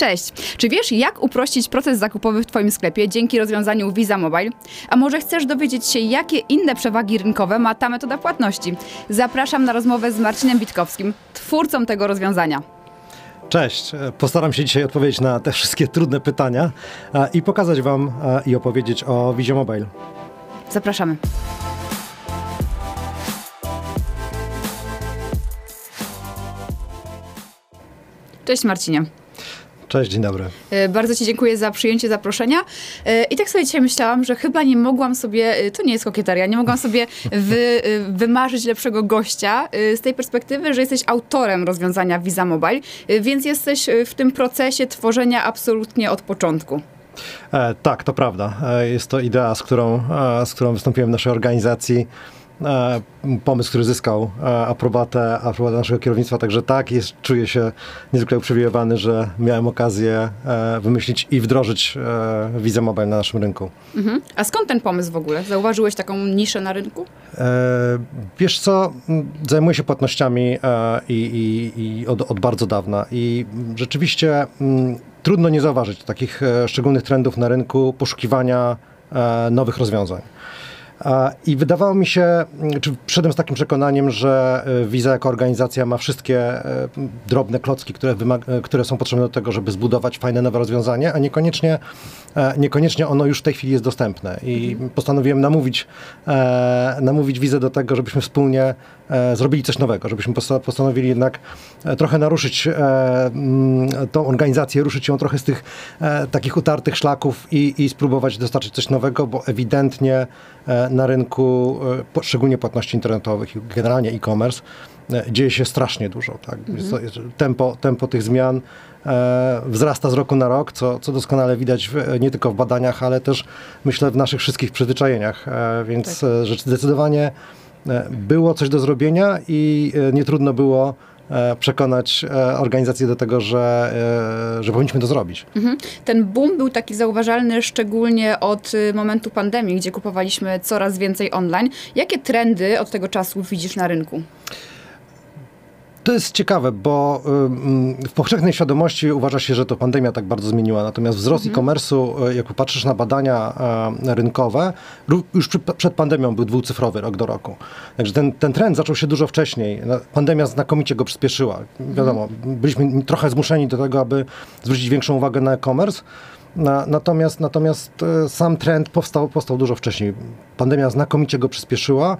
Cześć! Czy wiesz, jak uprościć proces zakupowy w Twoim sklepie dzięki rozwiązaniu Visa Mobile? A może chcesz dowiedzieć się, jakie inne przewagi rynkowe ma ta metoda płatności? Zapraszam na rozmowę z Marcinem Witkowskim, twórcą tego rozwiązania. Cześć! Postaram się dzisiaj odpowiedzieć na te wszystkie trudne pytania i pokazać Wam i opowiedzieć o Visie Mobile. Zapraszamy. Cześć Marcinie. Cześć, dzień dobry. Bardzo Ci dziękuję za przyjęcie zaproszenia. I tak sobie dzisiaj myślałam, że chyba nie mogłam sobie, to nie jest kokieteria, nie mogłam sobie wymarzyć lepszego gościa z tej perspektywy, że jesteś autorem rozwiązania Visa Mobile, więc jesteś w tym procesie tworzenia absolutnie od początku. Tak, to prawda. Jest to idea, z którą wystąpiłem w naszej organizacji. Pomysł, który zyskał aprobatę naszego kierownictwa, także tak, czuję się niezwykle uprzywilejowany, że miałem okazję wymyślić i wdrożyć Visa Mobile na naszym rynku. Mhm. A skąd ten pomysł w ogóle? Zauważyłeś taką niszę na rynku? Wiesz co, zajmuję się płatnościami od bardzo dawna i rzeczywiście trudno nie zauważyć takich szczególnych trendów na rynku poszukiwania nowych rozwiązań. I wydawało mi się, czy przyszedłem z takim przekonaniem, że Visa jako organizacja ma wszystkie drobne klocki, które są potrzebne do tego, żeby zbudować fajne nowe rozwiązanie, a niekoniecznie ono już w tej chwili jest dostępne. I postanowiłem namówić Visę do tego, żebyśmy wspólnie zrobili coś nowego, żebyśmy postanowili jednak trochę naruszyć tą organizację, ruszyć ją trochę z tych takich utartych szlaków i spróbować dostarczyć coś nowego, bo ewidentnie na rynku, szczególnie płatności internetowych i generalnie e-commerce, dzieje się strasznie dużo. Tak? Tempo tych zmian wzrasta z roku na rok, co doskonale widać nie tylko w badaniach, ale też myślę w naszych wszystkich przyzwyczajeniach. Więc tak. Zdecydowanie było coś do zrobienia i nie trudno było przekonać organizację do tego, że powinniśmy to zrobić. Ten boom był taki zauważalny szczególnie od momentu pandemii, gdzie kupowaliśmy coraz więcej online. Jakie trendy od tego czasu widzisz na rynku? To jest ciekawe, bo w powszechnej świadomości uważa się, że to pandemia tak bardzo zmieniła. Natomiast wzrost e-commerce'u, jak popatrzysz na badania rynkowe, już przed pandemią był dwucyfrowy rok do roku. Także ten trend zaczął się dużo wcześniej. Pandemia znakomicie go przyspieszyła. Wiadomo, byliśmy trochę zmuszeni do tego, aby zwrócić większą uwagę na e-commerce. Natomiast sam trend powstał dużo wcześniej. Pandemia znakomicie go przyspieszyła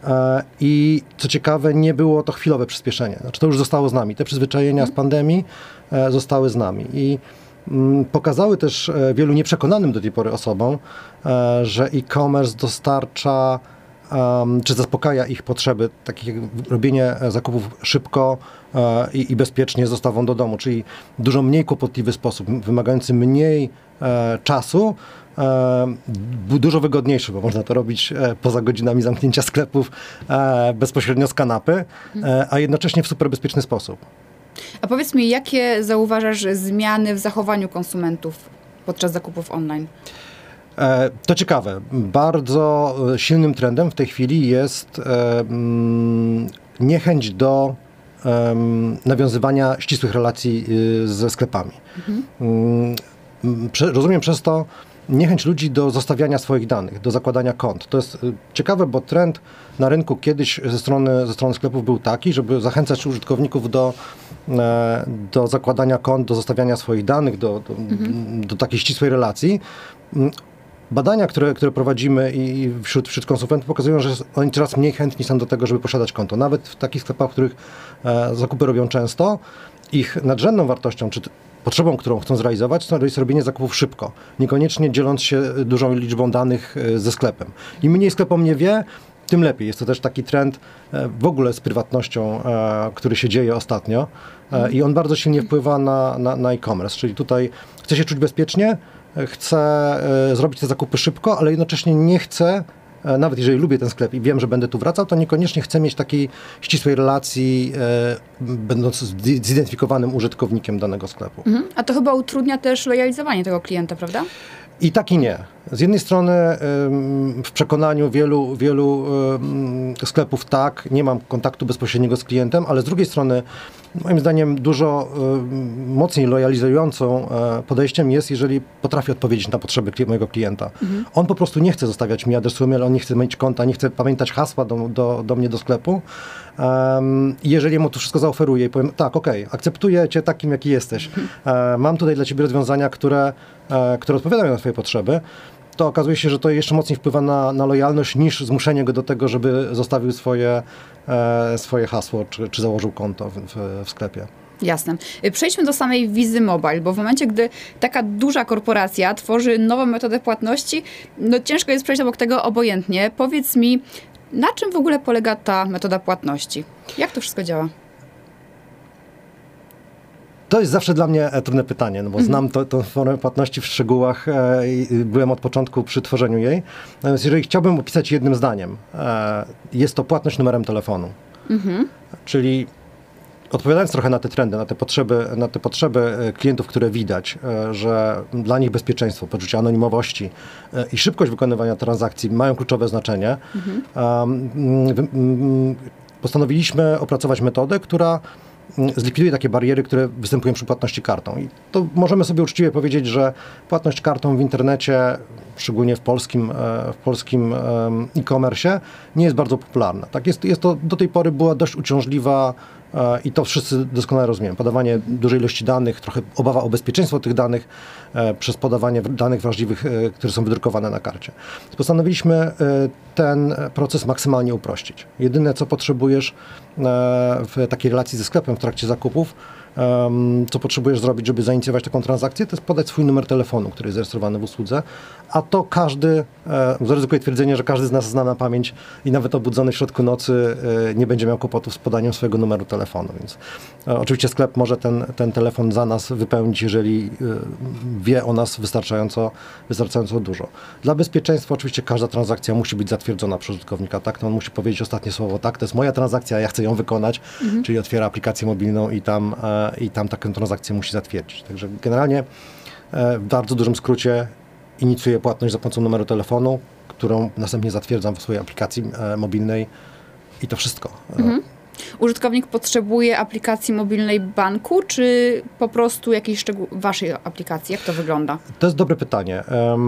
i co ciekawe, nie było to chwilowe przyspieszenie. Znaczy to już zostało z nami. Te przyzwyczajenia z pandemii zostały z nami. I pokazały też wielu nieprzekonanym do tej pory osobom, że e-commerce dostarcza czy zaspokaja ich potrzeby, takie jak robienie zakupów szybko i bezpiecznie z dostawą do domu, czyli dużo mniej kłopotliwy sposób, wymagający mniej czasu, dużo wygodniejszy, bo można to robić poza godzinami zamknięcia sklepów bezpośrednio z kanapy, a jednocześnie w super bezpieczny sposób. A powiedz mi, jakie zauważasz zmiany w zachowaniu konsumentów podczas zakupów online? To ciekawe. Bardzo silnym trendem w tej chwili jest niechęć do nawiązywania ścisłych relacji ze sklepami. Rozumiem przez to niechęć ludzi do zostawiania swoich danych, do zakładania kont. To jest ciekawe, bo trend na rynku kiedyś ze strony sklepów był taki, żeby zachęcać użytkowników do zakładania kont, do zostawiania swoich danych, do takiej ścisłej relacji. Badania, które prowadzimy i wśród konsumentów pokazują, że oni coraz mniej chętni są do tego, żeby posiadać konto. Nawet w takich sklepach, w których zakupy robią często, ich nadrzędną wartością, czy potrzebą, którą chcą zrealizować, to jest robienie zakupów szybko, niekoniecznie dzieląc się dużą liczbą danych ze sklepem. Im mniej sklep o mnie wie, tym lepiej. Jest to też taki trend w ogóle z prywatnością, który się dzieje ostatnio i on bardzo silnie wpływa na e-commerce, czyli tutaj chcę się czuć bezpiecznie, chcę zrobić te zakupy szybko, ale jednocześnie nie chcę, nawet jeżeli lubię ten sklep i wiem, że będę tu wracał, to niekoniecznie chcę mieć takiej ścisłej relacji, będąc zidentyfikowanym użytkownikiem danego sklepu. A to chyba utrudnia też lojalizowanie tego klienta, prawda? I tak i nie. Z jednej strony w przekonaniu wielu sklepów tak, nie mam kontaktu bezpośredniego z klientem, ale z drugiej strony moim zdaniem dużo mocniej lojalizującą podejściem jest, jeżeli potrafię odpowiedzieć na potrzeby mojego klienta. On po prostu nie chce zostawiać mi adresu e-mail, on nie chce mieć konta, nie chce pamiętać hasła do mnie do sklepu. Jeżeli mu to wszystko zaoferuję i powiem, tak, okej, akceptuję cię takim, jaki jesteś, mam tutaj dla ciebie rozwiązania, które odpowiadają na twoje potrzeby, to okazuje się, że to jeszcze mocniej wpływa na lojalność niż zmuszenie go do tego, żeby zostawił swoje hasło czy założył konto w sklepie. Jasne. Przejdźmy do samej Wizy Mobile, bo w momencie, gdy taka duża korporacja tworzy nową metodę płatności, no ciężko jest przejść obok tego obojętnie. Powiedz mi, na czym w ogóle polega ta metoda płatności? Jak to wszystko działa? To jest zawsze dla mnie trudne pytanie, no bo znam tę formę płatności w szczegółach i byłem od początku przy tworzeniu jej. Natomiast jeżeli chciałbym opisać jednym zdaniem, jest to płatność numerem telefonu. Czyli odpowiadając trochę na te trendy, na te potrzeby klientów, które widać, że dla nich bezpieczeństwo, poczucie anonimowości i szybkość wykonywania transakcji mają kluczowe znaczenie, postanowiliśmy opracować metodę, która zlikwiduje takie bariery, które występują przy płatności kartą. I to możemy sobie uczciwie powiedzieć, że płatność kartą w internecie, szczególnie w polskim e-commerce, nie jest bardzo popularna. Tak, jest to do tej pory była dość uciążliwa i to wszyscy doskonale rozumieją. Podawanie dużej ilości danych, trochę obawa o bezpieczeństwo tych danych przez podawanie danych wrażliwych, które są wydrukowane na karcie. Postanowiliśmy ten proces maksymalnie uprościć. Jedyne, co potrzebujesz w takiej relacji ze sklepem w trakcie zakupów, co potrzebujesz zrobić, żeby zainicjować taką transakcję, to jest podać swój numer telefonu, który jest zarejestrowany w usłudze, a to zaryzykuję twierdzenie, że każdy z nas zna na pamięć i nawet obudzony w środku nocy nie będzie miał kłopotów z podaniem swojego numeru telefonu, więc oczywiście sklep może ten telefon za nas wypełnić, jeżeli wie o nas wystarczająco dużo. Dla bezpieczeństwa oczywiście każda transakcja musi być zatwierdzona przez użytkownika, tak? To on musi powiedzieć ostatnie słowo, tak, to jest moja transakcja, ja chcę ją wykonać, czyli otwiera aplikację mobilną i tam taką transakcję musi zatwierdzić. Także generalnie w bardzo dużym skrócie inicjuję płatność za pomocą numeru telefonu, którą następnie zatwierdzam w swojej aplikacji mobilnej i to wszystko. Użytkownik potrzebuje aplikacji mobilnej banku, czy po prostu jakiejś waszej aplikacji? Jak to wygląda? To jest dobre pytanie.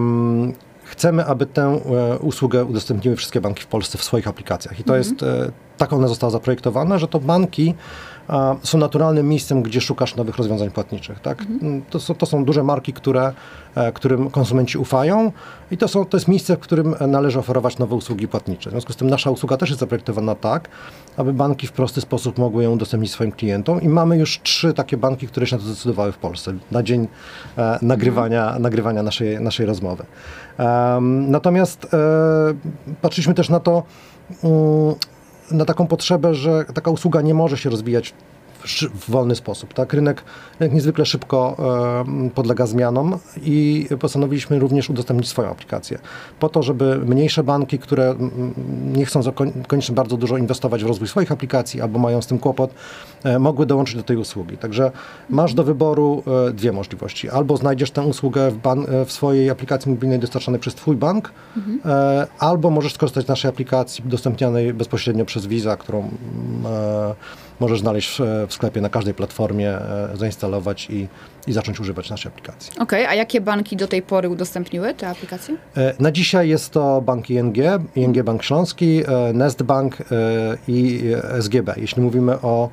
Chcemy, aby tę usługę udostępniły wszystkie banki w Polsce w swoich aplikacjach. I to jest, tak ona została zaprojektowana, że to banki są naturalnym miejscem, gdzie szukasz nowych rozwiązań płatniczych. Tak? To są duże marki, którym konsumenci ufają i to jest miejsce, w którym należy oferować nowe usługi płatnicze. W związku z tym nasza usługa też jest zaprojektowana tak, aby banki w prosty sposób mogły ją udostępnić swoim klientom i mamy już 3 takie banki, które się na to zdecydowały w Polsce na dzień nagrywania naszej rozmowy. Natomiast patrzyliśmy też na taką potrzebę, że taka usługa nie może się rozwijać w wolny sposób. Tak? Rynek niezwykle szybko podlega zmianom i postanowiliśmy również udostępnić swoją aplikację. Po to, żeby mniejsze banki, które nie chcą koniecznie bardzo dużo inwestować w rozwój swoich aplikacji albo mają z tym kłopot, mogły dołączyć do tej usługi. Także masz do wyboru 2 możliwości. Albo znajdziesz tę usługę w swojej aplikacji mobilnej dostarczanej przez twój bank, albo możesz skorzystać z naszej aplikacji udostępnianej bezpośrednio przez Visa, którą możesz znaleźć w sklepie na każdej platformie, zainstalować i zacząć używać naszej aplikacji. Okej, a jakie banki do tej pory udostępniły te aplikacje? Na dzisiaj jest to bank ING Bank Śląski, Nest Bank i SGB. Jeśli mówimy o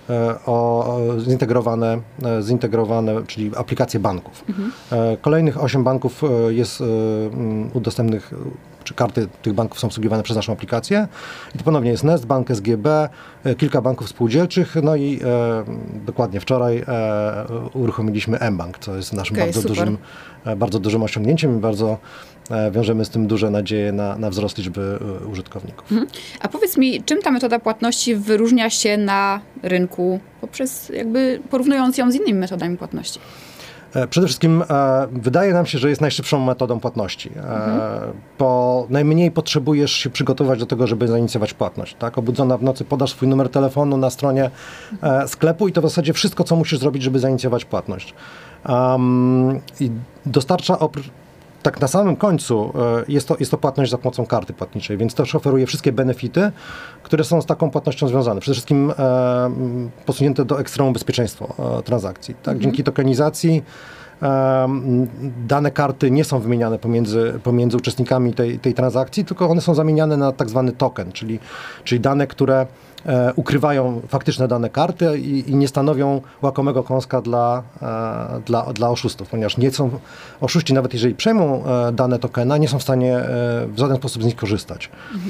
zintegrowane, czyli aplikacje banków. Kolejnych 8 banków jest udostępnych, czy karty tych banków są obsługiwane przez naszą aplikację. I to ponownie jest Nest Bank, SGB, kilka banków spółdzielczych, no i dokładnie wczoraj uruchomiliśmy mBank, co jest naszym bardzo dużym osiągnięciem i bardzo wiążemy z tym duże nadzieje na wzrost liczby użytkowników. A powiedz mi, czym ta metoda płatności wyróżnia się na rynku, porównując ją z innymi metodami płatności? Przede wszystkim wydaje nam się, że jest najszybszą metodą płatności, bo najmniej potrzebujesz się przygotować do tego, żeby zainicjować płatność. Tak? Obudzona w nocy podasz swój numer telefonu na stronie sklepu i to w zasadzie wszystko, co musisz zrobić, żeby zainicjować płatność. I dostarcza tak na samym końcu jest to płatność za pomocą karty płatniczej, więc też oferuje wszystkie benefity, które są z taką płatnością związane. Przede wszystkim posunięte do ekstremum bezpieczeństwa transakcji. Tak? Dzięki tokenizacji dane karty nie są wymieniane pomiędzy uczestnikami tej transakcji, tylko one są zamieniane na tak zwany token, czyli dane, które ukrywają faktyczne dane karty i nie stanowią łakomego kąska dla oszustów, ponieważ nie są oszuści, nawet jeżeli przejmą dane tokena, nie są w stanie w żaden sposób z nich korzystać.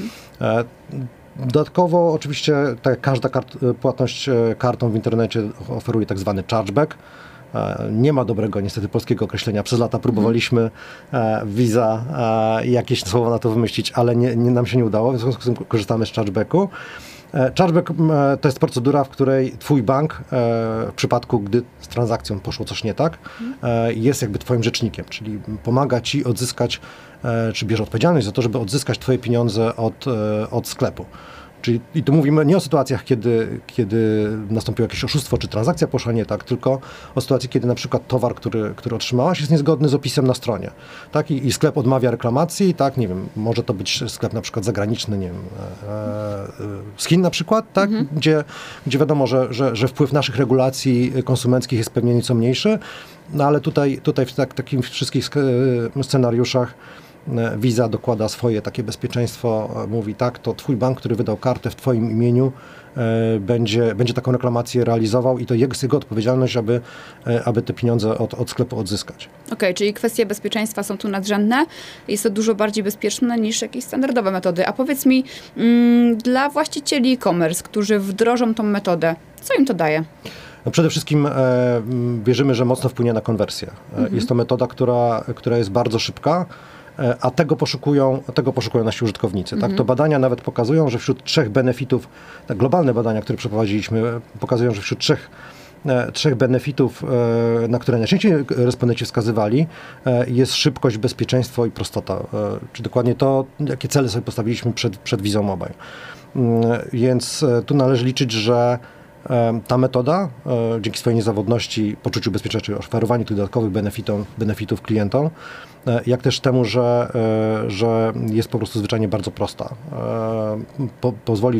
Dodatkowo oczywiście tak jak każda płatność kartą w internecie oferuje tak zwany chargeback. Nie ma dobrego niestety polskiego określenia. Przez lata próbowaliśmy Visa jakieś słowo na to wymyślić, ale nam się nie udało, w związku z tym korzystamy z chargebacku. Chargeback to jest procedura, w której twój bank, w przypadku gdy z transakcją poszło coś nie tak, jest jakby twoim rzecznikiem, czyli pomaga ci odzyskać, czy bierze odpowiedzialność za to, żeby odzyskać twoje pieniądze od sklepu. I tu mówimy nie o sytuacjach, kiedy nastąpiło jakieś oszustwo, czy transakcja poszła nie tak, tylko o sytuacji, kiedy na przykład towar, który otrzymałaś, jest niezgodny z opisem na stronie. Tak? I sklep odmawia reklamacji, tak? Nie wiem, może to być sklep na przykład zagraniczny, nie wiem, z Chin na przykład, tak? Gdzie wiadomo, że wpływ naszych regulacji konsumenckich jest pewnie nieco mniejszy, no ale tutaj w takich wszystkich scenariuszach Visa dokłada swoje takie bezpieczeństwo, mówi tak, to twój bank, który wydał kartę w twoim imieniu, będzie taką reklamację realizował i to jest jego odpowiedzialność, aby te pieniądze od sklepu odzyskać. Okej, czyli kwestie bezpieczeństwa są tu nadrzędne. Jest to dużo bardziej bezpieczne niż jakieś standardowe metody. A powiedz mi, dla właścicieli e-commerce, którzy wdrożą tą metodę, co im to daje? No przede wszystkim wierzymy, że mocno wpłynie na konwersję. Jest to metoda, która jest bardzo szybka, a tego poszukują nasi użytkownicy. Tak? To badania nawet pokazują, że wśród 3 benefitów, tak, globalne badania, które przeprowadziliśmy, pokazują, że wśród trzech benefitów, na które najczęściej respondenci wskazywali, jest szybkość, bezpieczeństwo i prostota. Czy dokładnie to, jakie cele sobie postawiliśmy przed Visą Mobile. Więc tu należy liczyć, że ta metoda, dzięki swojej niezawodności, poczuciu bezpieczeństwa, czy oferowaniu tych dodatkowych benefitów klientom, jak też temu, że jest po prostu zwyczajnie bardzo prosta. Pozwoli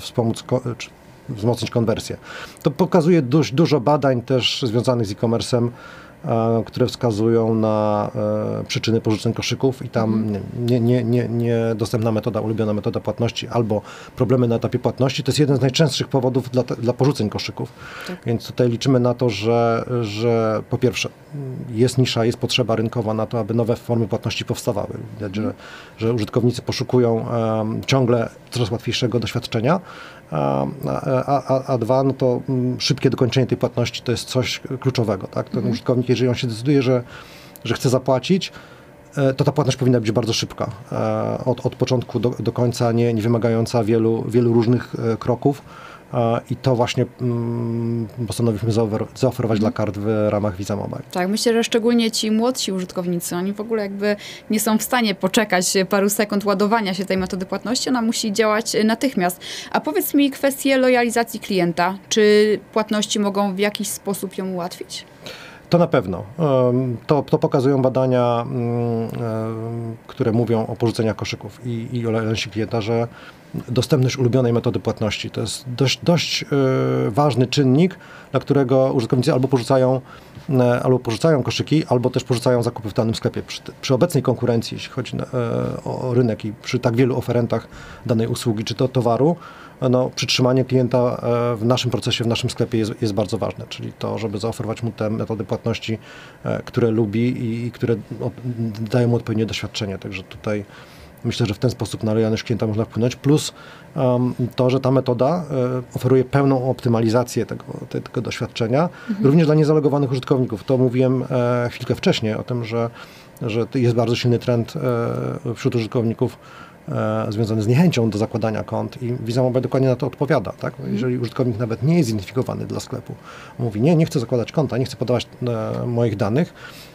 wzmocnić konwersję. To pokazuje dość dużo badań też związanych z e-commerce'em, które wskazują na przyczyny porzuceń koszyków i tam niedostępna metoda, ulubiona metoda płatności albo problemy na etapie płatności to jest jeden z najczęstszych powodów dla porzuceń koszyków. Tak. Więc tutaj liczymy na to, że po pierwsze jest nisza, jest potrzeba rynkowa na to, aby nowe formy płatności powstawały. Widać, że użytkownicy poszukują ciągle coraz łatwiejszego doświadczenia, a dwa, no to szybkie dokończenie tej płatności to jest coś kluczowego. Tak? Ten użytkownik, jeżeli on się decyduje, że chce zapłacić, to ta płatność powinna być bardzo szybka. Od początku do końca, nie wymagająca wielu różnych kroków. I to właśnie postanowiliśmy zaoferować dla kart w ramach Visa Mobile. Tak, myślę, że szczególnie ci młodsi użytkownicy, oni w ogóle jakby nie są w stanie poczekać paru sekund ładowania się tej metody płatności, ona musi działać natychmiast. A powiedz mi kwestię lojalizacji klienta. Czy płatności mogą w jakiś sposób ją ułatwić? To na pewno. To pokazują badania, które mówią o porzuceniach koszyków i o lojalności klienta, że dostępność ulubionej metody płatności to jest dość ważny czynnik, dla którego użytkownicy albo porzucają koszyki, albo też porzucają zakupy w danym sklepie. Przy obecnej konkurencji, jeśli chodzi o rynek i przy tak wielu oferentach danej usługi czy to towaru, no, przytrzymanie klienta w naszym procesie, w naszym sklepie jest bardzo ważne, czyli to, żeby zaoferować mu te metody płatności, które lubi i które dają mu odpowiednie doświadczenie. Także tutaj myślę, że w ten sposób na lojalność klienta można wpłynąć, plus to, że ta metoda oferuje pełną optymalizację tego doświadczenia, również dla niezalogowanych użytkowników. To mówiłem chwilkę wcześniej o tym, że jest bardzo silny trend wśród użytkowników związany z niechęcią do zakładania kont i Visa Mobile dokładnie na to odpowiada. Tak? Jeżeli użytkownik nawet nie jest zidentyfikowany dla sklepu, mówi nie chcę zakładać konta, nie chcę podawać moich danych,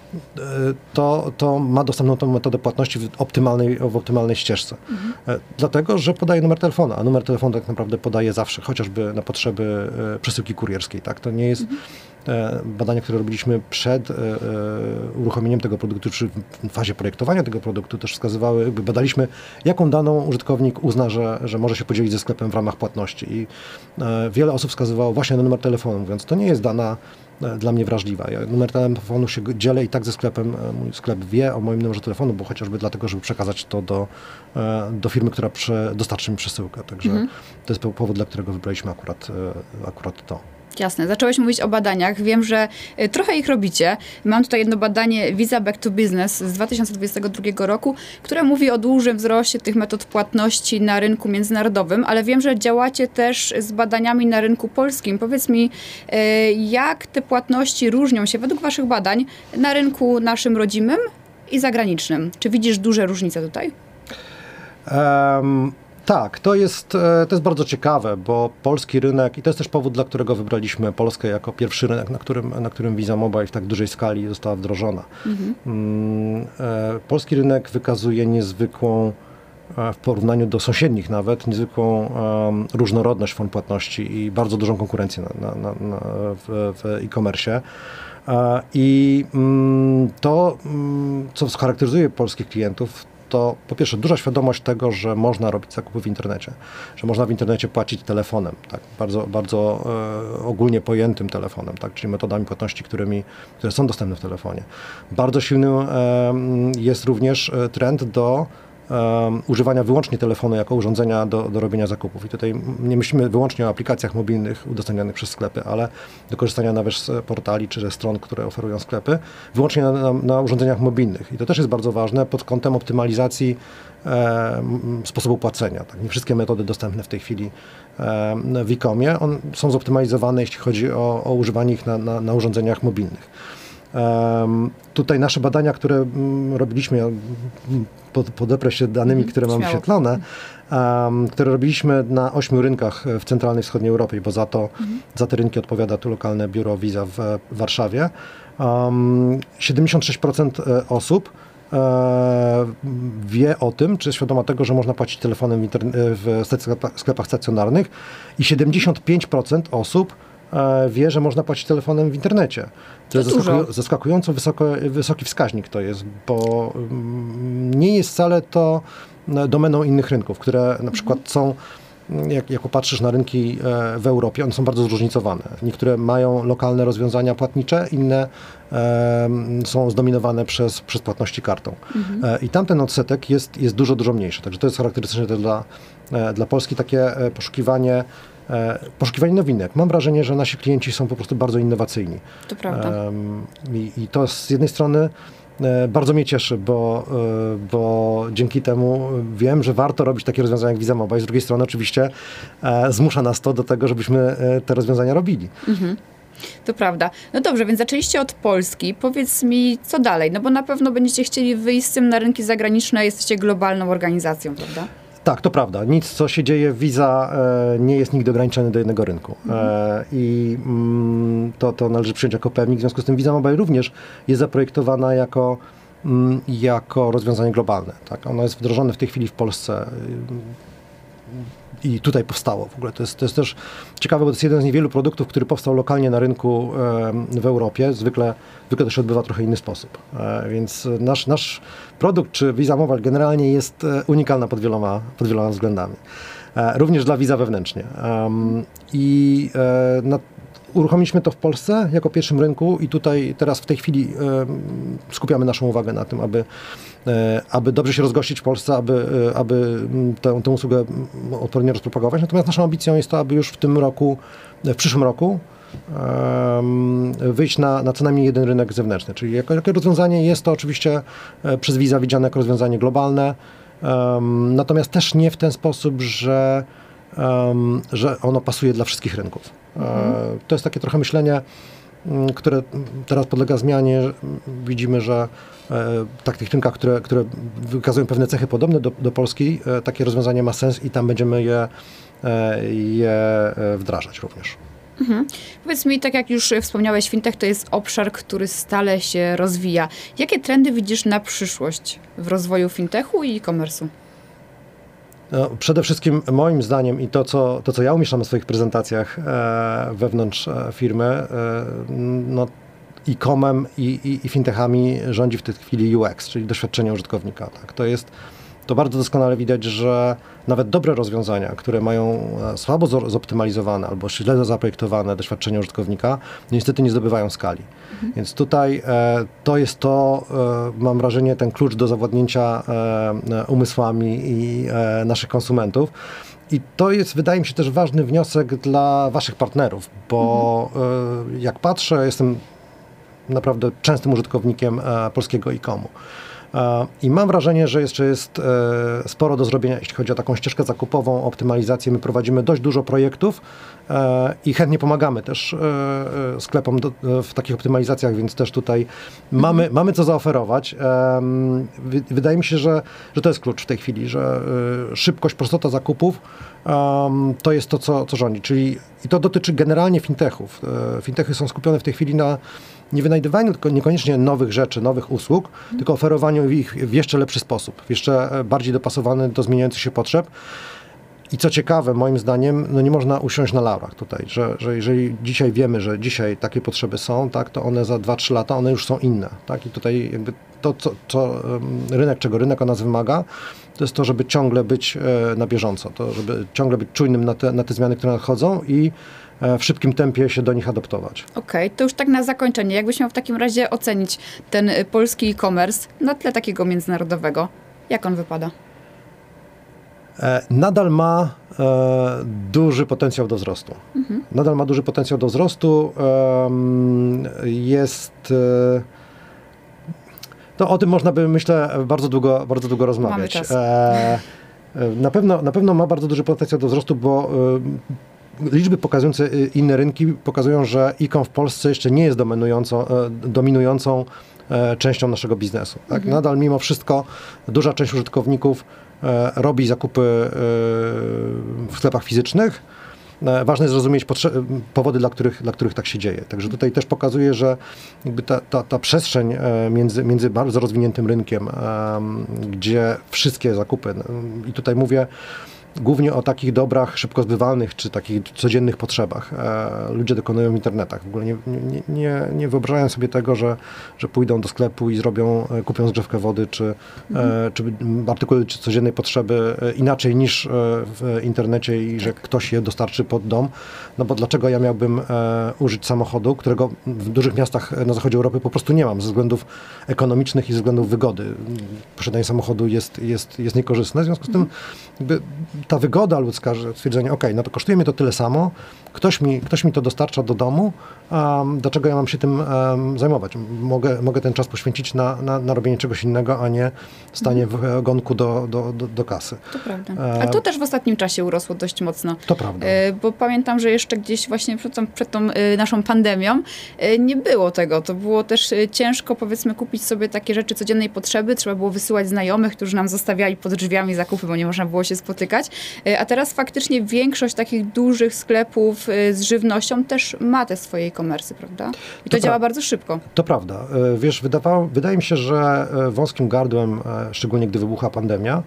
to ma dostępną tą metodę płatności w optymalnej ścieżce. Dlatego, że podaje numer telefonu, a numer telefonu tak naprawdę podaje zawsze, chociażby na potrzeby przesyłki kurierskiej. Tak? To nie jest badania, które robiliśmy przed uruchomieniem tego produktu, czy w fazie projektowania tego produktu też wskazywały, jakby badaliśmy, jaką daną użytkownik uzna, że może się podzielić ze sklepem w ramach płatności. I wiele osób wskazywało właśnie na numer telefonu, mówiąc, to nie jest dana dla mnie wrażliwa. Ja numer telefonu się dzielę i tak ze sklepem, mój sklep wie o moim numerze telefonu, bo chociażby dlatego, żeby przekazać to do firmy, która dostarczy mi przesyłkę. Także to jest powód, dla którego wybraliśmy akurat to. Jasne. Zacząłeś mówić o badaniach. Wiem, że trochę ich robicie. Mam tutaj jedno badanie Visa Back to Business z 2022 roku, które mówi o dużym wzroście tych metod płatności na rynku międzynarodowym, ale wiem, że działacie też z badaniami na rynku polskim. Powiedz mi, jak te płatności różnią się według waszych badań na rynku naszym rodzimym i zagranicznym? Czy widzisz duże różnice tutaj? Tak, to jest bardzo ciekawe, bo polski rynek, i to jest też powód, dla którego wybraliśmy Polskę jako pierwszy rynek, na którym Visa Mobile w tak dużej skali została wdrożona. Polski rynek wykazuje niezwykłą, w porównaniu do sąsiednich nawet, niezwykłą różnorodność form płatności i bardzo dużą konkurencję w e-commerce. I to, co charakteryzuje polskich klientów, to po pierwsze duża świadomość tego, że można robić zakupy w internecie, że można w internecie płacić telefonem, tak, bardzo ogólnie pojętym telefonem, tak, czyli metodami płatności, które są dostępne w telefonie. Bardzo silny jest również trend do używania wyłącznie telefonu jako urządzenia do robienia zakupów. I tutaj nie myślimy wyłącznie o aplikacjach mobilnych udostępnianych przez sklepy, ale do korzystania nawet z portali czy ze stron, które oferują sklepy, wyłącznie na urządzeniach mobilnych. I to też jest bardzo ważne pod kątem optymalizacji sposobu płacenia. Tak? Nie wszystkie metody dostępne w tej chwili w e-comie są zoptymalizowane, jeśli chodzi o używanie ich na urządzeniach mobilnych. Tutaj nasze badania, które robiliśmy, ja podeprę się danymi, które mam wyświetlone, które robiliśmy na 8 rynkach w centralnej i wschodniej Europie, bo za te rynki odpowiada tu lokalne biuro Visa w Warszawie. 76% osób wie o tym, czy jest świadoma tego, że można płacić telefonem w sklepach stacjonarnych i 75% osób wie, że można płacić telefonem w internecie. To jest zaskakująco wysoki wskaźnik to jest, bo nie jest wcale to domeną innych rynków, które na przykład są, jak popatrzysz na rynki w Europie, one są bardzo zróżnicowane. Niektóre mają lokalne rozwiązania płatnicze, inne są zdominowane przez płatności kartą. I tamten odsetek jest dużo mniejszy. Także to jest charakterystyczne dla Polski, takie poszukiwanie nowinek. Mam wrażenie, że nasi klienci są po prostu bardzo innowacyjni. To prawda. I to z jednej strony bardzo mnie cieszy, bo dzięki temu wiem, że warto robić takie rozwiązania jak Visa Mobile. Z drugiej strony oczywiście zmusza nas to do tego, żebyśmy te rozwiązania robili. To prawda. No dobrze, więc zaczęliście od Polski. Powiedz mi, co dalej? No bo na pewno będziecie chcieli wyjść z tym na rynki zagraniczne, jesteście globalną organizacją, prawda? Tak, to prawda. Nic, co się dzieje w Visa, nie jest nigdy ograniczone do jednego rynku. To należy przyjąć jako pewnik. W związku z tym Visa Mobile również jest zaprojektowana jako rozwiązanie globalne. Tak? Ono jest wdrożone w tej chwili w Polsce i tutaj powstało w ogóle. To jest też ciekawe, bo to jest jeden z niewielu produktów, który powstał lokalnie na rynku w Europie. Zwykle to się odbywa w trochę inny sposób. Więc nasz produkt, czy Visa Mobile generalnie jest unikalna pod wieloma względami. Również dla Visa wewnętrznie. Uruchomiliśmy to w Polsce jako pierwszym rynku i tutaj teraz w tej chwili skupiamy naszą uwagę na tym, aby dobrze się rozgościć w Polsce, aby tę usługę odpowiednio rozpropagować. Natomiast naszą ambicją jest to, aby już w przyszłym roku wyjść na co najmniej jeden rynek zewnętrzny. Czyli jako rozwiązanie jest to oczywiście przez Visa widziane jako rozwiązanie globalne, natomiast też nie w ten sposób, że ono pasuje dla wszystkich rynków. To jest takie trochę myślenie, które teraz podlega zmianie. Widzimy, że w tych rynkach, które wykazują pewne cechy podobne do Polski, takie rozwiązanie ma sens i tam będziemy je wdrażać również. Powiedz mi, tak jak już wspomniałeś, fintech to jest obszar, który stale się rozwija. Jakie trendy widzisz na przyszłość w rozwoju fintechu i e-commerce'u? No, przede wszystkim moim zdaniem i to, co ja umieszczam na swoich prezentacjach wewnątrz firmy, no, e-comem i fintechami rządzi w tej chwili UX, czyli doświadczenie użytkownika. Tak? To bardzo doskonale widać, że nawet dobre rozwiązania, które mają słabo zoptymalizowane albo źle zaprojektowane doświadczenie użytkownika, niestety nie zdobywają skali. Więc tutaj to jest mam wrażenie, ten klucz do zawładnięcia umysłami i naszych konsumentów. I to jest, wydaje mi się, też ważny wniosek dla waszych partnerów, bo jak patrzę, jestem naprawdę częstym użytkownikiem polskiego e-comu. I mam wrażenie, że jeszcze jest sporo do zrobienia, jeśli chodzi o taką ścieżkę zakupową, optymalizację. My prowadzimy dość dużo projektów i chętnie pomagamy też sklepom w takich optymalizacjach, więc też tutaj mamy co zaoferować. Wydaje mi się, że to jest klucz w tej chwili, że szybkość, prostota zakupów to jest to, co rządzi. I to dotyczy generalnie fintechów. Fintechy są skupione w tej chwili na nie wynajdywaniu tylko niekoniecznie nowych rzeczy, nowych usług, tylko oferowaniu ich w jeszcze lepszy sposób, w jeszcze bardziej dopasowany do zmieniających się potrzeb. I co ciekawe, moim zdaniem, no nie można usiąść na laurach tutaj, że jeżeli dzisiaj wiemy, że dzisiaj takie potrzeby są, tak, to one za 2-3 lata, one już są inne. Tak? I tutaj jakby to, czego rynek od nas wymaga, to jest to, żeby ciągle być na bieżąco, to żeby ciągle być czujnym na te zmiany, które nadchodzą i w szybkim tempie się do nich adaptować. Okej, to już tak na zakończenie. Jakbyś miał w takim razie ocenić ten polski e-commerce na tle takiego międzynarodowego? Jak on wypada? Nadal ma duży potencjał do wzrostu. Nadal ma duży potencjał do wzrostu. To o tym można by, myślę, bardzo długo rozmawiać. Mamy czas. Na pewno ma bardzo duży potencjał do wzrostu, bo liczby pokazujące inne rynki pokazują, że e-com w Polsce jeszcze nie jest dominującą częścią naszego biznesu. Tak? Nadal mimo wszystko duża część użytkowników robi zakupy w sklepach fizycznych. Ważne jest zrozumieć powody, dla których tak się dzieje. Także tutaj też pokazuje, że jakby ta przestrzeń między bardzo rozwiniętym rynkiem, gdzie wszystkie zakupy, i tutaj mówię głównie o takich dobrach szybko zbywalnych, czy takich codziennych potrzebach. Ludzie dokonują w internetach. W ogóle nie wyobrażają sobie tego, że pójdą do sklepu i kupią zgrzewkę wody, czy artykuły czy codziennej potrzeby inaczej niż w internecie i że ktoś je dostarczy pod dom. No bo dlaczego ja miałbym użyć samochodu, którego w dużych miastach na zachodzie Europy po prostu nie mam, ze względów ekonomicznych i ze względów wygody. Posiadanie samochodu jest niekorzystne. W związku z tym jakby ta wygoda ludzka, że stwierdzenie, no to kosztuje mnie to tyle samo, ktoś mi to dostarcza do domu, dlaczego ja mam się tym zajmować? Mogę ten czas poświęcić na robienie czegoś innego, a nie stanie w ogonku do kasy. To prawda. Ale to też w ostatnim czasie urosło dość mocno. To prawda. Bo pamiętam, że jeszcze gdzieś właśnie przed tą naszą pandemią nie było tego. To było też ciężko, powiedzmy, kupić sobie takie rzeczy codziennej potrzeby. Trzeba było wysyłać znajomych, którzy nam zostawiali pod drzwiami zakupy, bo nie można było się spotykać. A teraz faktycznie większość takich dużych sklepów z żywnością też ma te swoje e-commerce, prawda? I to działa bardzo szybko. To prawda. Wiesz, wydaje mi się, że wąskim gardłem, szczególnie gdy wybuchła pandemia,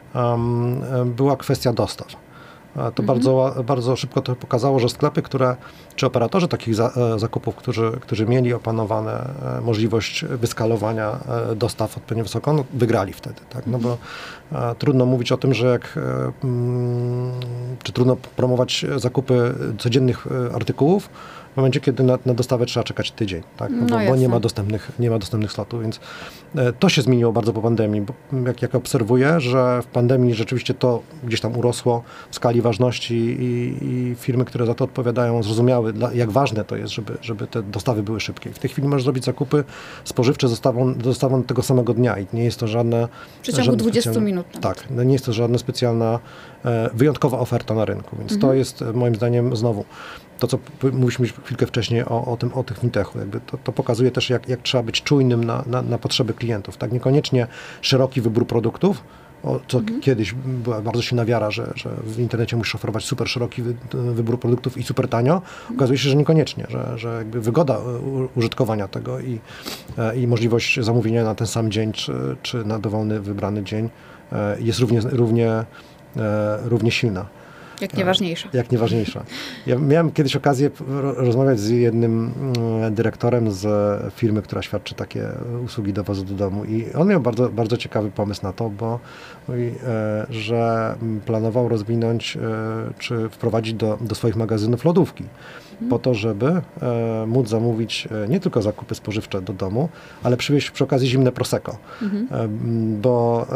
była kwestia dostaw. To bardzo szybko to pokazało, że sklepy, czy operatorzy takich zakupów, którzy mieli opanowane możliwość wyskalowania dostaw odpowiednio wysoko, no, wygrali wtedy. Tak? No bo trudno mówić o tym, że czy trudno promować zakupy codziennych artykułów w momencie, kiedy na dostawę trzeba czekać tydzień, tak? Bo nie ma dostępnych slotów, więc to się zmieniło bardzo po pandemii, bo jak obserwuję, że w pandemii rzeczywiście to gdzieś tam urosło w skali ważności i firmy, które za to odpowiadają, zrozumiały, jak ważne to jest, żeby te dostawy były szybkie. W tej chwili możesz zrobić zakupy spożywcze z dostawą tego samego dnia i nie jest to żadne... W przeciągu 20 minut. Tak, no nie jest to żadna specjalna, wyjątkowa oferta na rynku, więc to jest moim zdaniem znowu to, co mówiliśmy chwilkę wcześniej o tych fintechu. Jakby to pokazuje też, jak trzeba być czujnym na potrzeby klientów. Tak, niekoniecznie szeroki wybór produktów, co kiedyś była bardzo silna wiara, że w internecie musisz oferować super szeroki wybór produktów i super tanio. Okazuje się, że niekoniecznie, że jakby wygoda użytkowania tego i możliwość zamówienia na ten sam dzień, czy na dowolny wybrany dzień jest równie równie silna. Jak nieważniejsza. Jak nieważniejsza. Ja miałem kiedyś okazję rozmawiać z jednym dyrektorem z firmy, która świadczy takie usługi dowozu do domu i on miał bardzo, bardzo ciekawy pomysł na to, bo mówi, że planował rozwinąć czy wprowadzić do swoich magazynów lodówki po to, żeby móc zamówić nie tylko zakupy spożywcze do domu, ale przywieźć przy okazji zimne prosecco. Bo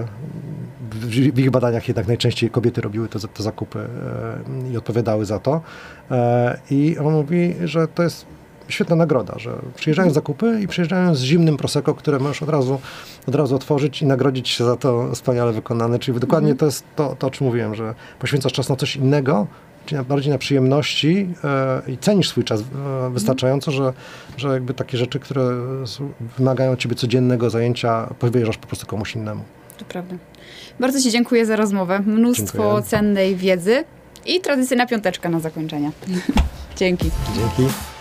w ich badaniach jednak najczęściej kobiety robiły te zakupy i odpowiadały za to. I on mówi, że to jest świetna nagroda, że przyjeżdżają zakupy i przyjeżdżają z zimnym prosecco, które możesz od razu otworzyć i nagrodzić się za to wspaniale wykonane. Czyli dokładnie to jest to, o czym mówiłem, że poświęcasz czas na coś innego, czyli bardziej na przyjemności i cenisz swój czas wystarczająco, że jakby takie rzeczy, które wymagają od ciebie codziennego zajęcia, powierzasz po prostu komuś innemu. To prawda. Bardzo ci dziękuję za rozmowę. Mnóstwo Dziękuję. cennej wiedzy i tradycyjna piąteczka na zakończenie. Dzięki. Dzięki.